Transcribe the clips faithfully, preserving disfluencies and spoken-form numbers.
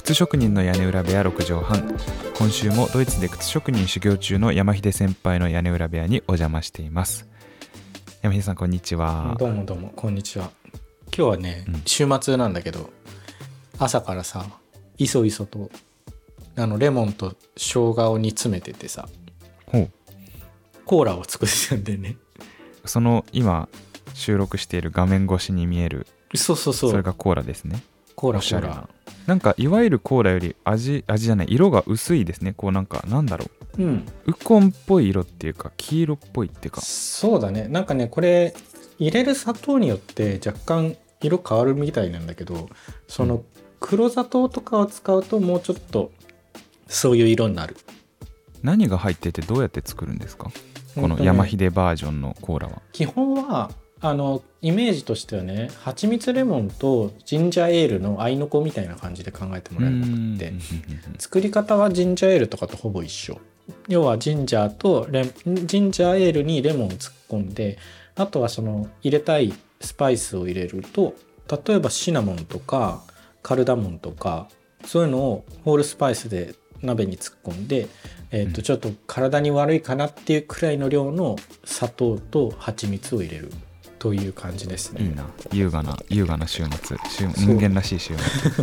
靴職人の屋根裏部屋ろくじょうはん。今週もドイツで靴職人修行中の山秀先輩の屋根裏部屋にお邪魔しています。山秀さん、こんにちは。 どうもどうも、こんにちは。今日はね、うん、週末なんだけど、朝からさ、いそいそとあのレモンと生姜を煮詰めててさ、 ほう、 コーラを作ってたんでね。 その今収録している画面越しに見える、 そうそうそう、 それがコーラですね。 コーラコーラ。 なんかいわゆるコーラより味味じゃない、色が薄いですね。こうなんかなんだろう、うん、ウコンっぽい色っていうか黄色っぽいっていうか。 そうだね。なんかね、これ入れる砂糖によって若干色変わるみたいなんだけど、その黒砂糖とかを使うともうちょっとそういう色になる。 何が入っててどうやって作るんですか、この山秀バージョンのコーラは。 基本はあのイメージとしてはね、蜂蜜レモンとジンジャーエールの合いの子みたいな感じで考えてもらえればよくて、作り方はジンジャーエールとかとほぼ一緒。要はジンジャーとレジンジャーエールにレモンを突っ込んで、あとはその入れたいスパイスを入れると、例えばシナモンとかカルダモンとかそういうのをホールスパイスで鍋に突っ込んで、えー、とちょっと体に悪いかなっていうくらいの量の砂糖と蜂蜜を入れるという感じですね。 いいな、優雅な優雅な週末、週人間らしい週末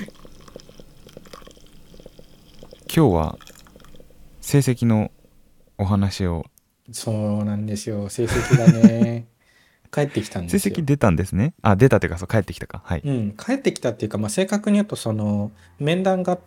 今日は成績のお話を。 そうなんですよ、成績がね帰ってきたんですよ。 成績出たんですね。あ、出たっていうか、そう帰ってきたか。はい、 うん、帰ってきたっていうか、まあ、正確に言うとその面談があって、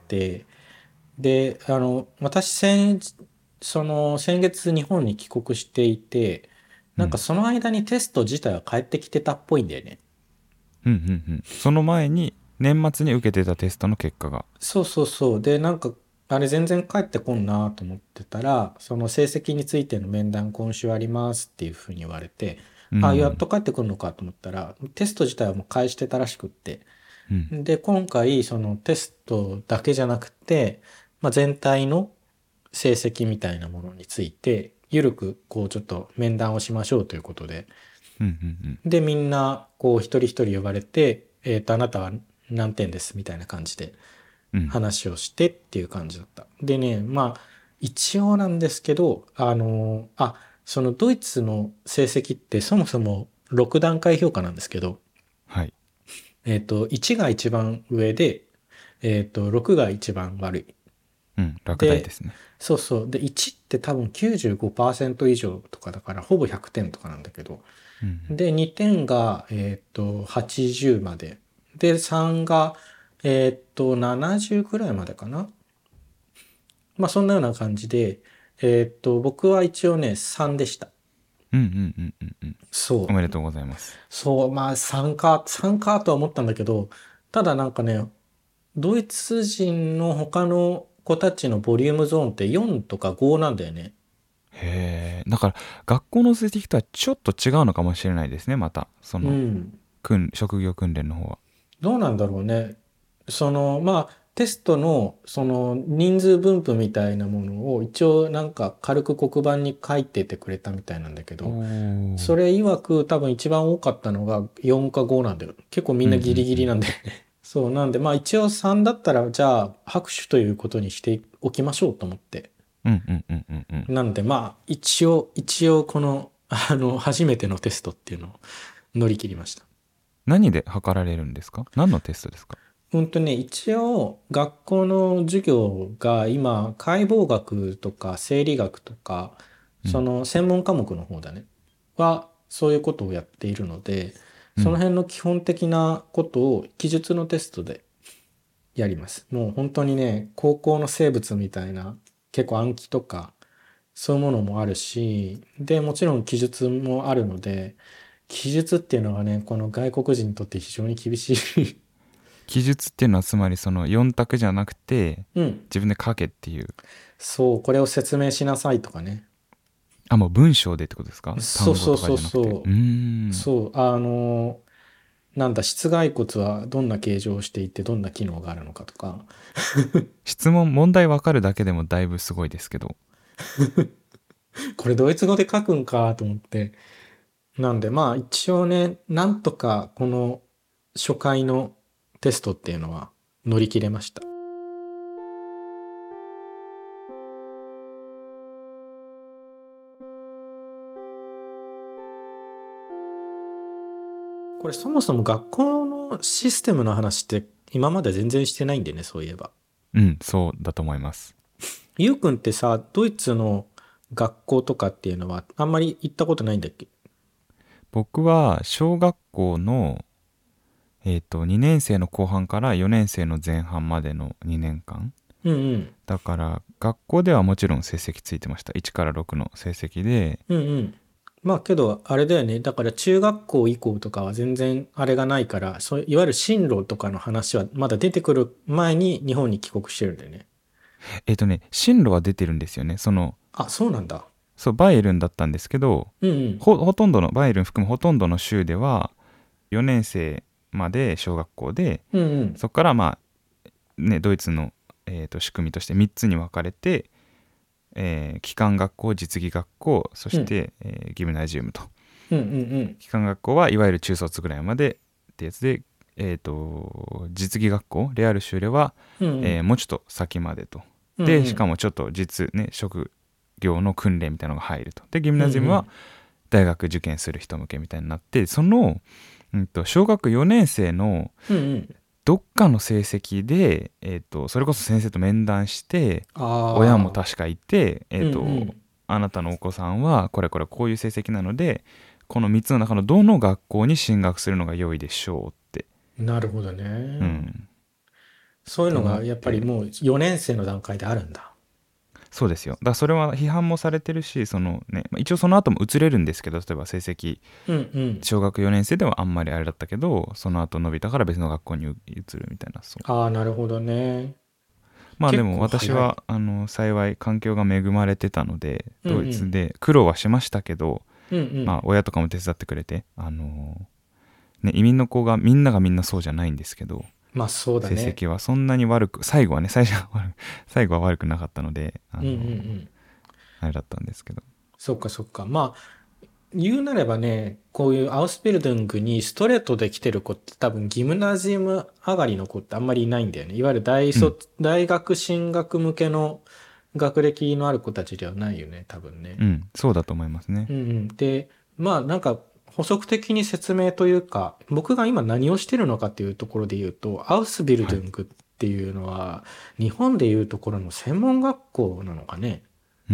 であの私先その先月日本に帰国していて、なんかその間にテスト自体は返ってきてたっぽいんだよね。 うんうんうん。その前に年末に受けてたテストの結果が。 そうそうそう。でなんかあれ全然返ってこんなと思ってたら、その成績についての面談今週ありますっていうふうに言われて、うん、あ、やっと返ってくるのかと思ったら、テスト自体はもう返してたらしくって、うん、で今回そのテストだけじゃなくて、まあ、全体の成績みたいなものについてゆるくこうちょっと面談をしましょうということで、うんうんうん、でみんなこう一人一人呼ばれて、えーと、あなたは何点ですみたいな感じで話をしてっていう感じだった。うん、でね、まあ一応なんですけど、あのあそのドイツの成績ってそもそもろくだんかい評価なんですけど、 はい、 えっといちが一番上で、えっとろくが一番悪い。 うん、落第ですね。 そうそう。で、いちって多分 きゅうじゅうごパーセント 以上とかだから、ほぼひゃくてんとかなんだけど。うん、で、にてんが、えっと、はちじゅうまで。で、さんが、えっと、ななじゅうくらいまでかな。まあ、そんなような感じで、えっと、僕は一応ね、さんでした。 うんうんうんうんうん。 そう。 おめでとうございます。 そう、まあ、さんか、さんかとは思ったんだけど、ただなんかね、ドイツ人の他の子たちのボリュームゾーンってよんとかごなんだよね。 へえ。だから学校の成績とはちょっと違うのかもしれないですね。またその、うん、職業訓練の方はどうなんだろうね。そのまあテストのその人数分布みたいなものを一応なんか軽く黒板に書いててくれたみたいなんだけど、それ曰く多分一番多かったのがよんかごなんだよ。結構みんなギリギリなんだよね。うんうんうん、そうなんで、まあ一応さんだったらじゃあ拍手ということにしておきましょうと思って。 うんうんうんうんうん。 なんでまあ一応一応このあの初めてのテストっていうのを乗り切りました。 何で測られるんですか？何のテストですか？ うんとね、一応学校の授業が今解剖学とか生理学とか、その専門科目の方だね、うん、はそういうことをやっているので、その辺の基本的なことを記述のテストでやります。もう本当にね、高校の生物みたいな結構暗記とかそういうものもあるし、でもちろん記述もあるので、記述っていうのがね、この外国人にとって非常に厳しい記述っていうのはつまりそのよん択じゃなくて、うん、自分で書けっていう。 そう、これを説明しなさいとかね。 あ、もう文章でってことですか？ そうそうそうそう。 うーん。 そう、あのなんだ、室外骨はどんな形状をしていてどんな機能があるのかとか質問問題わかるだけでもだいぶすごいですけどこれドイツ語で書くんかと思って。なんでまあ一応ね、なんとかこの初回のテストっていうのは乗り切れました。 これそもそも学校のシステムの話って今まで全然してないんでね、そういえば。 うん、そうだと思います。 ゆうくんってさ、ドイツの学校とかっていうのはあんまり行ったことないんだっけ？ 僕は小学校の、えっと、にねん生の後半からよねん生の前半までのにねんかん。 うんうん。 だから学校ではもちろん成績ついてました。いちからろくの成績で。 うんうん。まあけど、あれだよね。だから中学校以降とかは全然あれがないから、そういわゆる進路とかの話はまだ出てくる前に日本に帰国してるんだよね。 えっとね、進路は出てるんですよね。その、 あ、そうなんだ。 そう、バイエルンだったんですけど、 うんうん。 ほ、ほとんどの、バイエルン含むほとんどの州では、よねん生まで小学校で、 うんうん。 そこからまあ、ね、ドイツの、えーと仕組みとしてみっつに分かれて、えー、基幹学校、実技学校、そしうんて、えーギムナジウムと。 うんうん基幹学校はいわゆる中卒ぐらいまでってやつで、えーと、実技学校、レアル州では、 うん。うんうん。 えーもうちょっと先までと。で、しうんうん。 かもちょっと実ね、職業の訓練みたいなのが入ると。で、ギムうんナジウムはうん。 大学受験する人向けみたいになって、その、うんと、小学よねん生のうんうん。 どっかの成績で、えーと、それこそ先生と面談して、親もああ。 確かいて、えうんうーと、 ん。 あなたのお子さんはこれこれこういう成績なので、このみっつの中のどの学校に進学するのが良いでしょうって、 なるほどうね。 ん、 そういうってなっのがやっぱりて、 もうよねん生の段階であるんだ。 そうですよ。だからそれは批判もされてるし、そのね、まあ一応その後も移れるんですけど、例えば成績、 うんうん。 小学よねん生ではあんまりあれだったけど、その後伸びたから別の学校に移るみたいな、そう。 ああ、なるほどね。 まあで結も私構早い。 はあの幸い環境が恵まれてたので、 うんうドイツん。 で苦労はしましたけど、 うんうまあん。 親とかも手伝ってくれて、あのね、移民の子がみんながみんなそうじゃないんですけど、 まあそうだ成ね。 績はそんなに悪く、最後はね、最初は悪く、最後は悪くなかったので、あうんうんうのん。 あれだったんですけど。 そっかそっか。まあ、言うなればね、こういうアウスビルドゥングにストレートで来てる子って多分ギムナジウム上がりの子ってあんまりいないんだよね。いわゆる大うん、 卒、大学進学向けの学歴のある子たちではないよね、多分ね。 うん、そうだと思いますね。 うんうん。で、まあなんか補足的に説明というか、僕が今何をしてるのかっていうところで言うと、アウスビルはい。 ドゥングっていうのは、日本でいうところの専門学校なのかね。 うん、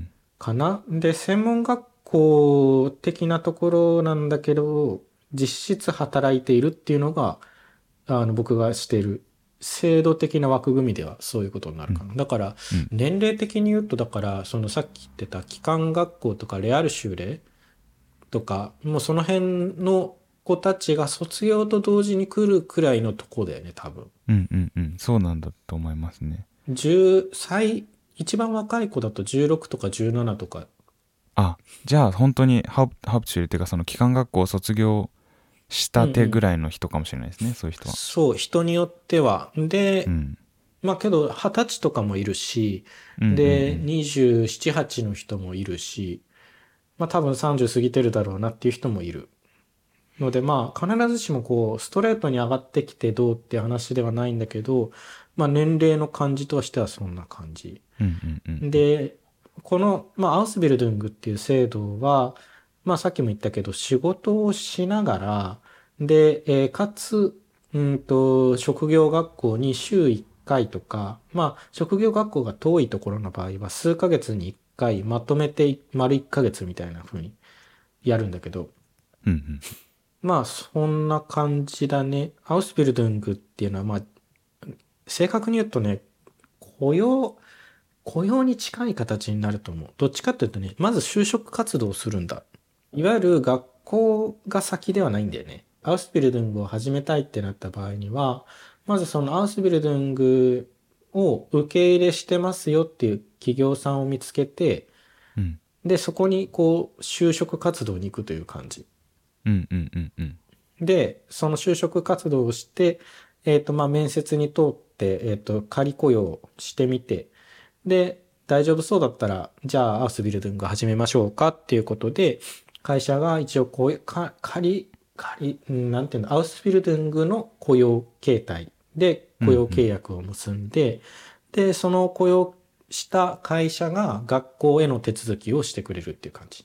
かなで、専門学校的なところなんだけど、実質働いているっていうのが、あの、僕がしている制度的な枠組みではそういうことになるうん、 かな。だから、 うん、 年齢的に言うと、だから、そのさっき言ってた基幹学校とかレアル州でとか、もうその辺の子たちが卒業と同時に来るくらいのとこだよね、多分。 うん、うん、うん、そうなんだと思いますね。 じゅう、最、一番若い子だとじゅうろくとかじゅうななとか。 あ、じゃあ本当にハープ、ハープチュールっていうかその機関学校を卒業したてぐうんうん。 らいの人かもしれないですね、そういう人は。 そう、人によっては。で、 うん。 まあけど、はたちとかもいるし、 うんうんうで、 ん。 にじゅうなな、はちの人もいるし、まあ多分さんじゅう過ぎてるだろうなっていう人もいる。のでまあ必ずしもこう、ストレートに上がってきてどうって話ではないんだけど、まあ年齢の感じとしてはそんな感じ。 うんうんうんうん。 で、この、まあアウスビルドゥングっていう制度は、まあさっきも言ったけど、仕事をしながら、で、えーかつ、うんと、職業学校に週いっかいとか、まあ、職業学校が遠いところの場合は、数ヶ月にいっかいまとめて丸いっかげつみたいな風にやるんだけど、 うんうん。 まあ、そんな感じだね。アウスビルドゥングっていうのは、まあ、正確に言うとね、雇用、雇用に近い形になると思う。どっちかっていうとね、まず就職活動をするんだ。いわゆる学校が先ではないんだよね。アウスビルドゥングを始めたいってなった場合には、まずそのアウスビルドゥングを受け入れしてますよっていう企業さんを見つけて、 うんで、そこにこう、就職活動に行くという感じ。 うんうんうんうん。 で、その就職活動をして、えっと、まあ、面接に通って、えっと、仮雇用してみて、で、大丈夫そうだったら、じゃあ、アウスビルドゥング始めましょうかっていうことで、会社が一応こういう、か、仮、仮、うんなんていうの、アウスビルドゥングの雇用形態で雇用契うんうん。 約を結んで、で、その雇用した会社が学校への手続きをしてくれるっていう感じ。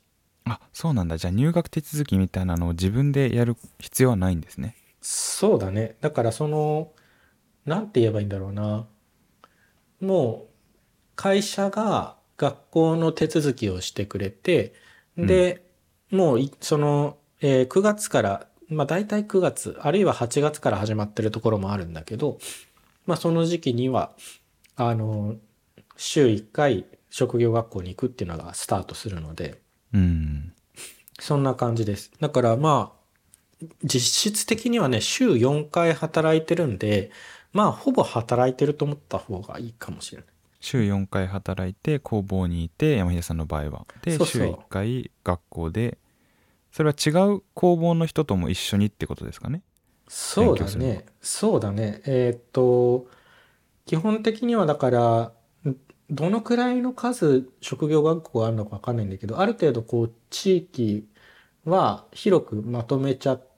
あ、そうなんだ。じゃあ入学手続きみたいなのを自分でやる必要はないんですね。 そうだね。だからその、なんて言えばいいんだろうな。もう会社が学校の手続きをしてくれて、 うん。 で、もういその、えーくがつから、まあ大体くがつ、あるいははちがつから始まってるところもあるんだけど、まあその時期には、あの、週いっかい職業学校に行くっていうのがスタートするので、 うん。 そんな感じです。だからまあ、実質的にはね、週よんかい働いてるんで、まあ、ほぼ働いてると思った方がいいかもしれない。 週よんかい働いて工房にいて、山秀さんの場合は。で、週1 そうそう。 回学校で、それは違う工房の人とも一緒にってことですかね。勉そう強するのは。 だね。そうだね。えーっと、基本的にはだから、どのくらいの数職業学校があるのかわかんないんだけど、ある程度こう地域は広くまとめちゃって、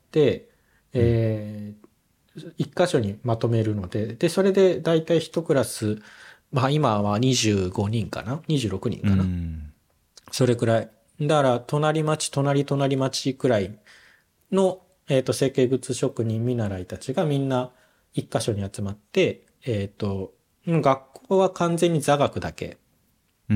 うん。 えー一箇所にまとめるので、で、それで大体一クラス、まあ今はにじゅうごにんかな？ にじゅうろく 人うかな？ ん。 それくらい。だから、隣町、隣隣町くらいの、えっと、成形靴職人見習いたちがみんな一箇所に集まって、えっと、うん学校は完全に座学だけうん。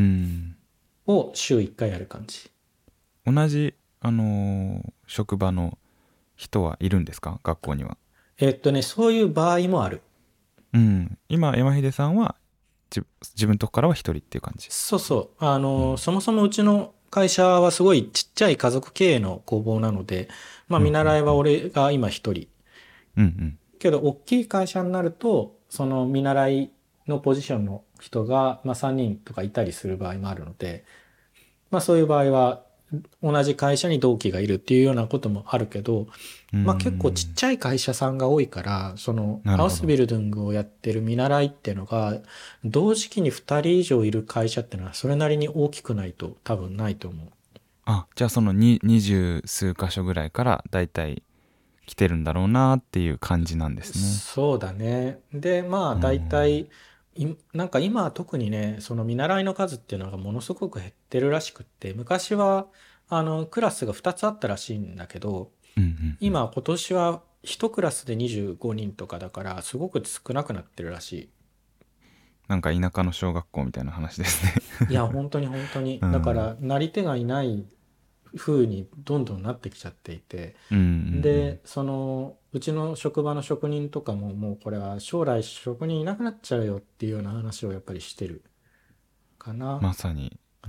を週いっかいやる感じ。 同じ、あのー職場の人はいるんですか、学校には。 えっとね、そういう場合もある。 うん。今、山秀さんは、じ自分のとこからは一人っていう感じ。 そうそう。あの、 うん。 そもそもうちの会社はすごいちっちゃい家族経営の工房なので、まあうん。うん。 見習いはうん。 俺が今一人。 うん。うん。 けど、大きい会社になると、その見習いのポジションの人が、まあさんにんとかいたりする場合もあるので、まあそういう場合は、同じ会社に同期がいるっていうようなこともあるけど、 うーまあ結構ちっん。 ちゃい会社さんが多いから、そのなるほど。 ハウスビルディングをやってる見習いっていうのが、同時期にふたり以上いる会社っていうのはそれなりに大きくないと多分ないと思う。 あ、じゃあそのに二十数箇所ぐらいからだいたい来てるんだろうなっていう感じなんですね。 そうだね。で、まあうーん。 大体、いなんか今は特にね、その見習いの数っていうのがものすごく減ってるらしくって、昔はあのクラスがふたつあったらしいんだけど、 うんうんうん。 今今年はいちクラスでにじゅうごにんとかだからすごく少なくなってるらしい。 なんか田舎の小学校みたいな話ですね。 いや、本当に本当に。 うん。 だからなり手がいない風にどんどんなってきちゃっていて。 うんうんで、その、うちの職場の職人とかももうこれは将来職人いなくなっちゃうよっていうような話をやっぱりしてるかな。 まさに。うん。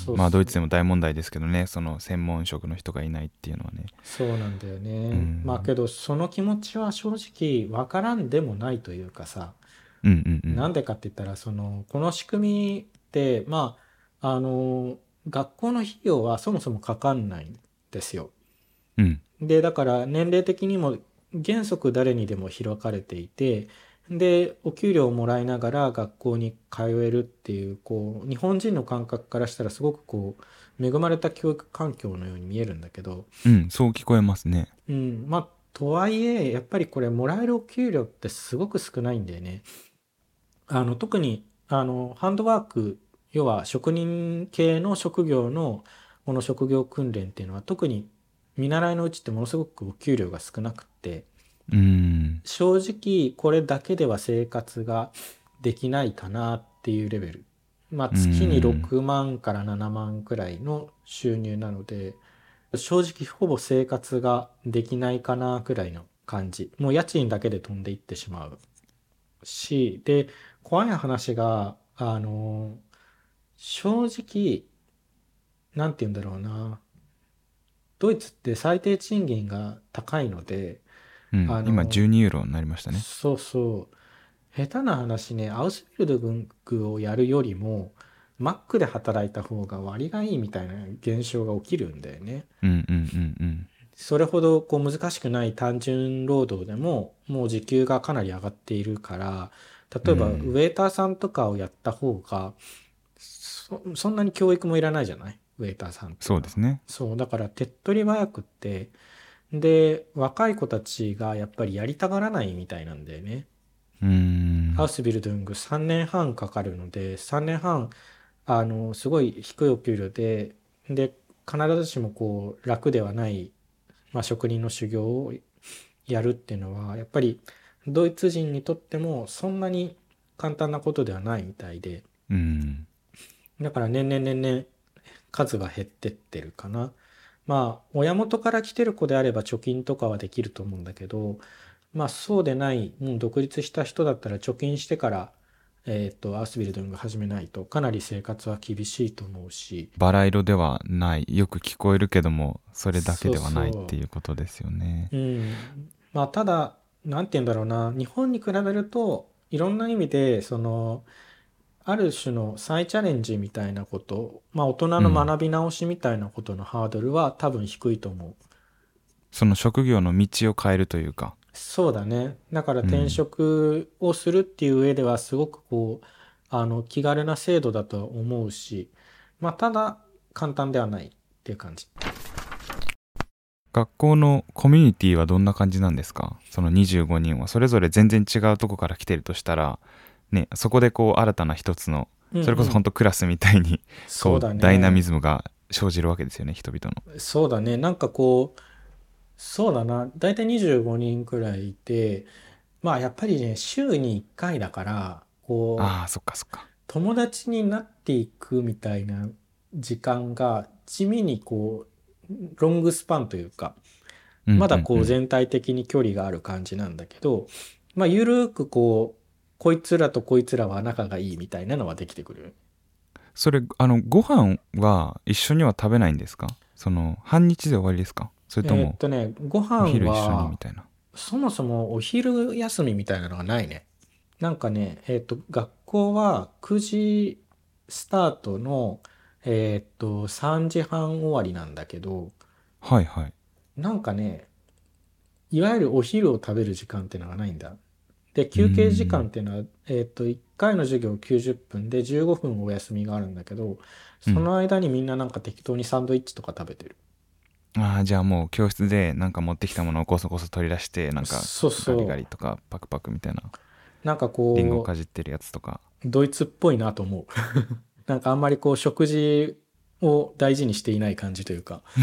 まあドイそうそう。 ツでも大問題ですけどね、その専門職の人がいないっていうのはね。 そうなんだようね。まあん。 けどその気持ちは正直わからんでもないというかさ、 うんうんうん。 なんでかって言ったら、その、この仕組みって、まあ、あの、学校の費用はそもそもかかんないんですよ。 うん。 で、だから年齢的にも原則誰にでも開かれていて、で、お給料をもらいながら学校に通えるっていう、こう、日本人の感覚からしたらすごくこう、恵まれた教育環境のように見えるんだけど、 うん、そう聞こえますね。 うん、まあ、とはいえ、やっぱりこれ、もらえるお給料ってすごく少ないんだよね。あの、特に、あの、ハンドワーク、要は職人系の職業の、この職業訓練っていうのは、特に見習いのうちってものすごくお給料が少なくって、 うん。 正直これだけでは生活ができないかなっていうレベル。まあ、 う月にん。 ろくまんからななまんくらいの収入なので、正直ほぼ生活ができないかなくらいの感じ。もう家賃だけで飛んでいってしまうし、で、怖い話が、あの、正直、なんて言うんだろうな。ドイツって最低賃金が高いので、 うん。今あの、 じゅうにユーロになりましたね。 そうそう、下手な話ね、アウスビルドングをやるよりも、マックで働いた方が割がいいみたいな現象が起きるんだよね。 うんうんうんうん。 それほどこう難しくない単純労働でももう時給がかなり上がっているから、 う例えばウん。 ェイターさんとかをやった方がそ、そんなに教育もいらないじゃない、ウェイターさんっていうのは。 そうですね。 そう、だから手っ取り早くって、で、若い子たちがやっぱりやりたがらないみたいなんだよね。 うーん。 ハウスビルディングさんねんはんかかるので、さんねんはん、あの、すごい低いお給料で、で、 必ずしもこう楽ではない、まあ、職人の修行をやるっていうのはやっぱりドイツ人にとってもそんなに簡単なことではないみたいで、 うん、 だから年々年々数が減ってってるかな。まあ親元から来てる子であれば貯金とかはできると思うんだけど、まあそうでない、もう独立した人だったら貯金してから、えっと、アースビルドング始めないとかなり生活は厳しいと思うし、 バラ色ではない、よく聞こえるけどもそれだけではないっそうそていうことですよね。 う。うん。まあただ、なんて言うんだろうな、日本に比べるといろんな意味で、その、ある種の再チャレンジみたいなこと、まあ大人のうん、 学び直しみたいなことのハードルは多分低いと思う。 その職業の道を変えるというか。 そうだね。だから転うん、 職をするっていう上ではすごくこう、あの、気軽な制度だとは思うし、まあただ簡単ではないっていう感じ。 学校のコミュニティはどんな感じなんですか？そのにじゅうごにんはそれぞれ全然違うとこから来てるとしたら、ね、そこでこう新たな一つの、それこそうんうん。 本当クラスみたいにそうこうだね。 ダイナミズムが生じるわけですよね、人々の。 そうだね。なんかこう、そうだな。だいたいにじゅうごにんくらいいて、まあやっぱりね、週にいっかいだから、こう、 ああ、そっかそっか。 友達になっていくみたいな時間が地味にこう、ロングスパンというか、 うんまだこううんうん。 全体的に距離がある感じなんだけど、まあゆるーくこう、こいつらとこいつらは仲がいいみたいなのはできてくる。 それ、あの、ご飯は一緒には食べないんですか？その、半日で終わりですか？それとえーっも、 とね、ごお飯昼一緒にみは、 たいな。 そもそもお昼休みみたいなのがないね。なんかね、えーっと、学校はくじスタートの、えーっと、さんじはん終わりなんだけど、 はいはい。 なんかね、いわゆるお昼を食べる時間っていうのがないんだ。で、 うー休憩時間ん。 っていうのは、えーっと、いっかいの授業きゅうじゅっぷんでじゅうごふんお休みがあるんだけど、 うん。 その間にみんななんか適当にサンドイッチとか食べてる。 ああ、じゃあもう教室でなんか持ってきたものをこそこそ取り出して、なんかそうガリガそリとかパクパクみたいな、 う。なんかリンゴこかじってるやつとか。 う、ドイツっぽいなと思う。なんかあんまりこう食事を大事にしていない感じというか、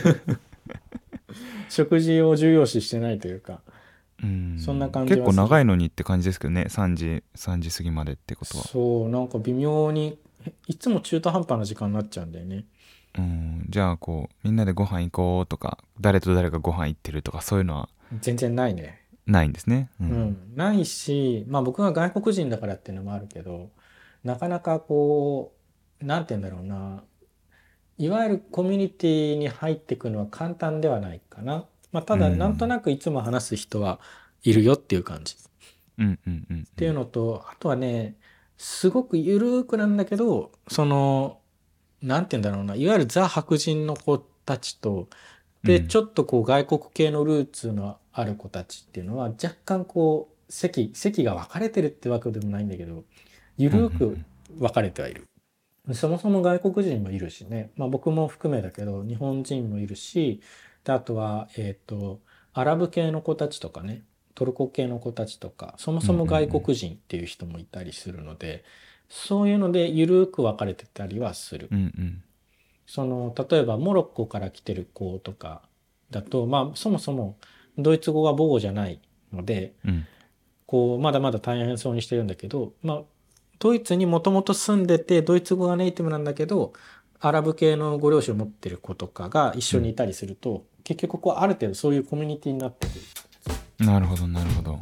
食事を重要視してないというか、 うーそんなん。 感じ結構長いはする。 のにって感じですけどね。さんじ、さんじ過ぎまでってことは。 そう、なんか微妙に、いつも中途半端な時間になっちゃうんだよね。 うん。じゃあこう、みんなでご飯行こうとか、誰と誰がご飯行ってるとか、そういうのは全然ないね。 ないんですね。うん。 うん。ないし、まあ僕が外国人だからっていうのもあるけど、なかなかこう、なんて言うんだろうな。いわゆるコミュニティに入っていくのは簡単ではないかな。まあたうだなんとん。 なくいつも話す人はいるよっていう感じ。 うんうんうんっていううん。 のと、あとはね、すごくゆるーくなんだけど、その、なんて言うんだろうな、いわゆるザ白人の子たちと、で、ちうん。 ょっとこう外国系のルーツのある子たちっていうのは、若干こう、席、席が分かれてるってわけでもないんだけど、ゆうんうんうるーくん。 分かれてはいる。そもそも外国人もいるしね、まあ僕も含めだけど、日本人もいるし、で、あとは、えっと、アラブ系の子たちとかね、トルコ系の子たちとか、そもうんうんうそも外ん。 国人っていう人もいたりするので、そういうのでゆるーく分かれてたりはする。 うんうん。 その、例えばモロッコから来てる子とかだと、まあそもそもドイツ語が母語じゃないので、 うん。 こう、まだまだ大変そうにしてるんだけど、まあ、ドイツにもともと住んでて、ドイツ語がネイティブなんだけど、アラブ系のご両親を持ってる子とかが一うん。 緒にいたりすると、結局こう、ある程度そういうコミュニティになってくる。 なるほどなるほど。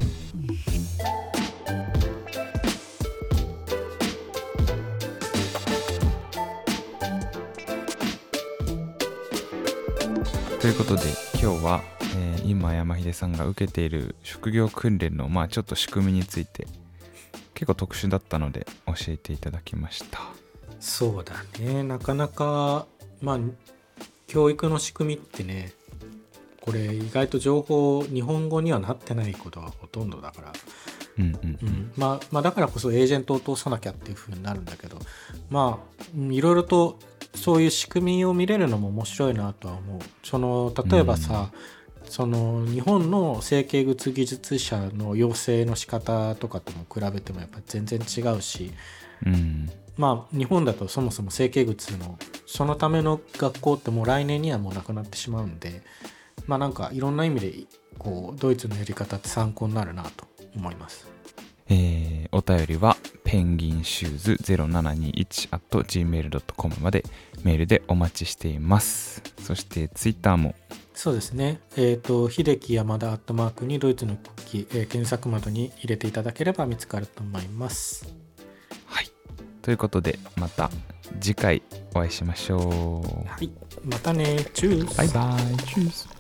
ということで今日は、えー今山秀さんが受けている職業訓練のまあちょっと仕組みについて結構特殊だったので教えていただきました。 そうだね。なかなか、まあ、教育の仕組みってね、これ意外と情報、日本語にはなってないことがほとんどだから、 うんうんうん、まあ、まあだからこそエージェントを通さなきゃっていう風になるんだけど、まあうんいろいろとそういう仕組みを見れるのも面白いなとは思う。そのうん。 例えばさ、その日本の成形物技術者の養成の仕方とかとも比べてもやっぱ全然違うし、 うんまあ日本だとそもそも整形靴のそのための学校ってもう来年にはもうなくなってしまうんで、まあなんかいろんな意味でこうドイツのやり方って参考になるなと思います。 えー、お便りはペンギンシューズ ゼロななにいち アット ジーメール ドット コム までメールでお待ちしています。そしてツイッターも。 そうですね。えっ、ー、と秀樹山田アットマークにドイツの国旗、えー、検索窓に入れていただければ見つかると思います。 はい。ということでまた次回お会いしましょう。 はい。またね。チュース。 バイバイ。チュース。